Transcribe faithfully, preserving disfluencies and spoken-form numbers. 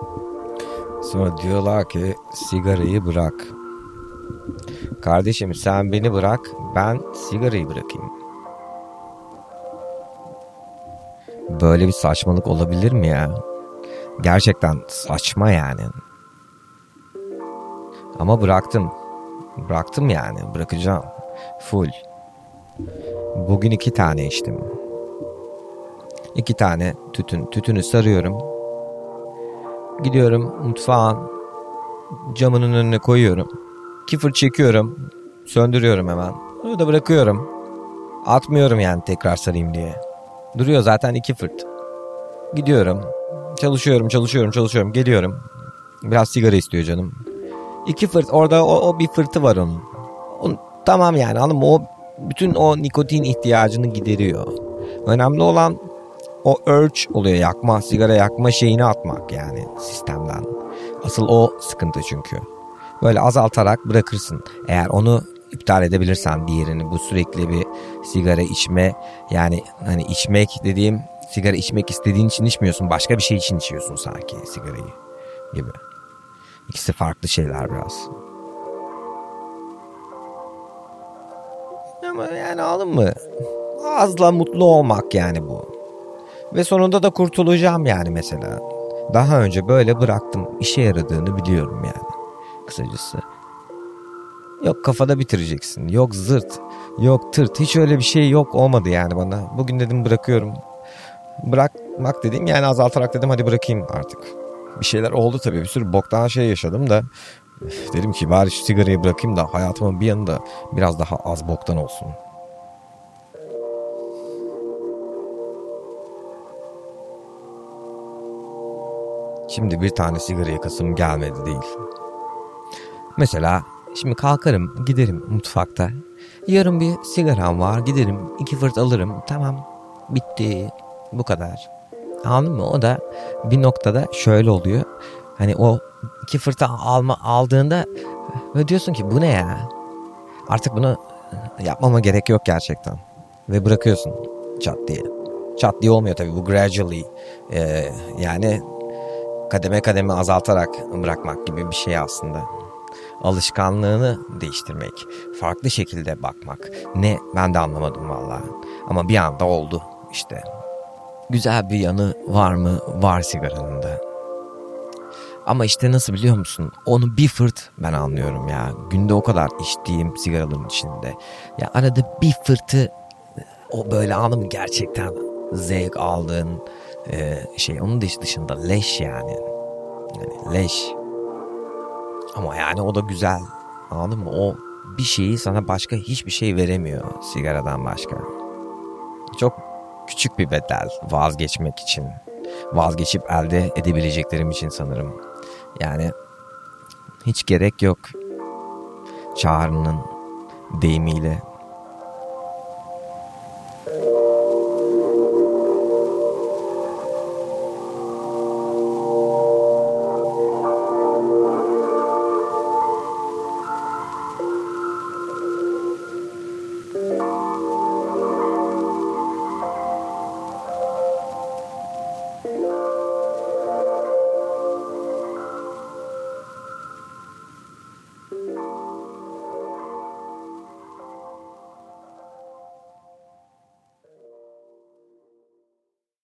Sonra diyorlar ki sigarayı bırak. Kardeşim sen beni bırak, ben sigarayı bırakayım. Böyle bir saçmalık olabilir mi ya? Gerçekten saçma yani. Ama bıraktım. Bıraktım yani, bırakacağım. Full. Bugün iki tane içtim. İki tane tütün. Tütünü sarıyorum. Gidiyorum mutfağın camının önüne koyuyorum. Kifir çekiyorum. Söndürüyorum hemen. Onu da bırakıyorum. Atmıyorum yani tekrar sarayım diye. Duruyor zaten iki fırt. Gidiyorum. Çalışıyorum, çalışıyorum, çalışıyorum. Geliyorum. Biraz sigara istiyor canım. İki fırt. Orada o, o bir fırtı var onun. onun tamam yani anladın mı? O bütün o nikotin ihtiyacını gideriyor. Önemli olan o urge oluyor, yakma, sigara yakma şeyini atmak yani sistemden. Asıl o sıkıntı çünkü. Böyle azaltarak bırakırsın. Eğer onu iptal edebilirsen diğerini, bu sürekli bir sigara içme, yani hani içmek dediğim, sigara içmek istediğin için içmiyorsun, başka bir şey için içiyorsun sanki sigarayı gibi. İkisi farklı şeyler biraz. Ama yani anladın mı? Azla mutlu olmak yani bu. Ve sonunda da kurtulacağım yani mesela. Daha önce böyle bıraktım. İşe yaradığını biliyorum yani. Kısacası. Yok kafada bitireceksin. Yok zırt. Yok tırt. Hiç öyle bir şey yok, olmadı yani bana. Bugün dedim bırakıyorum. Bırakmak dedim yani azaltarak dedim hadi bırakayım artık. Bir şeyler oldu tabii. Bir sürü boktan şey yaşadım da. Dedim ki bari şu sigarayı bırakayım da hayatımın bir yanında biraz daha az boktan olsun. Şimdi bir tane sigara yakasım gelmedi değil. Mesela şimdi kalkarım, giderim mutfakta. Yarın bir sigaram var, giderim iki fırt alırım. Tamam, bitti, bu kadar. Anladın mı? O da bir noktada şöyle oluyor. Hani o iki fırtı alma, aldığında ve diyorsun ki bu ne ya? Artık bunu yapmama gerek yok gerçekten. Ve bırakıyorsun çat diye. Çat diye olmuyor tabii, bu gradually. Ee, yani kademe kademe azaltarak bırakmak gibi bir şey aslında. Alışkanlığını değiştirmek, farklı şekilde bakmak. Ne, ben de anlamadım vallahi. Ama bir anda oldu işte. Güzel bir yanı var mı? Var sigaranın da. Ama işte nasıl biliyor musun? Onu bir fırt ben anlıyorum ya. Günde o kadar içtiğim sigaraların içinde. Ya arada bir fırtı, o böyle anladın mı, gerçekten zevk aldığın e, şey. Onun dışında leş yani. Yani leş. Ama yani o da güzel. Anladın mı? O bir şeyi sana başka hiçbir şey veremiyor sigaradan başka. Çok küçük bir bedel vazgeçmek için. Vazgeçip elde edebileceklerim için sanırım. Yani hiç gerek yok. Çağrı'nın deyimiyle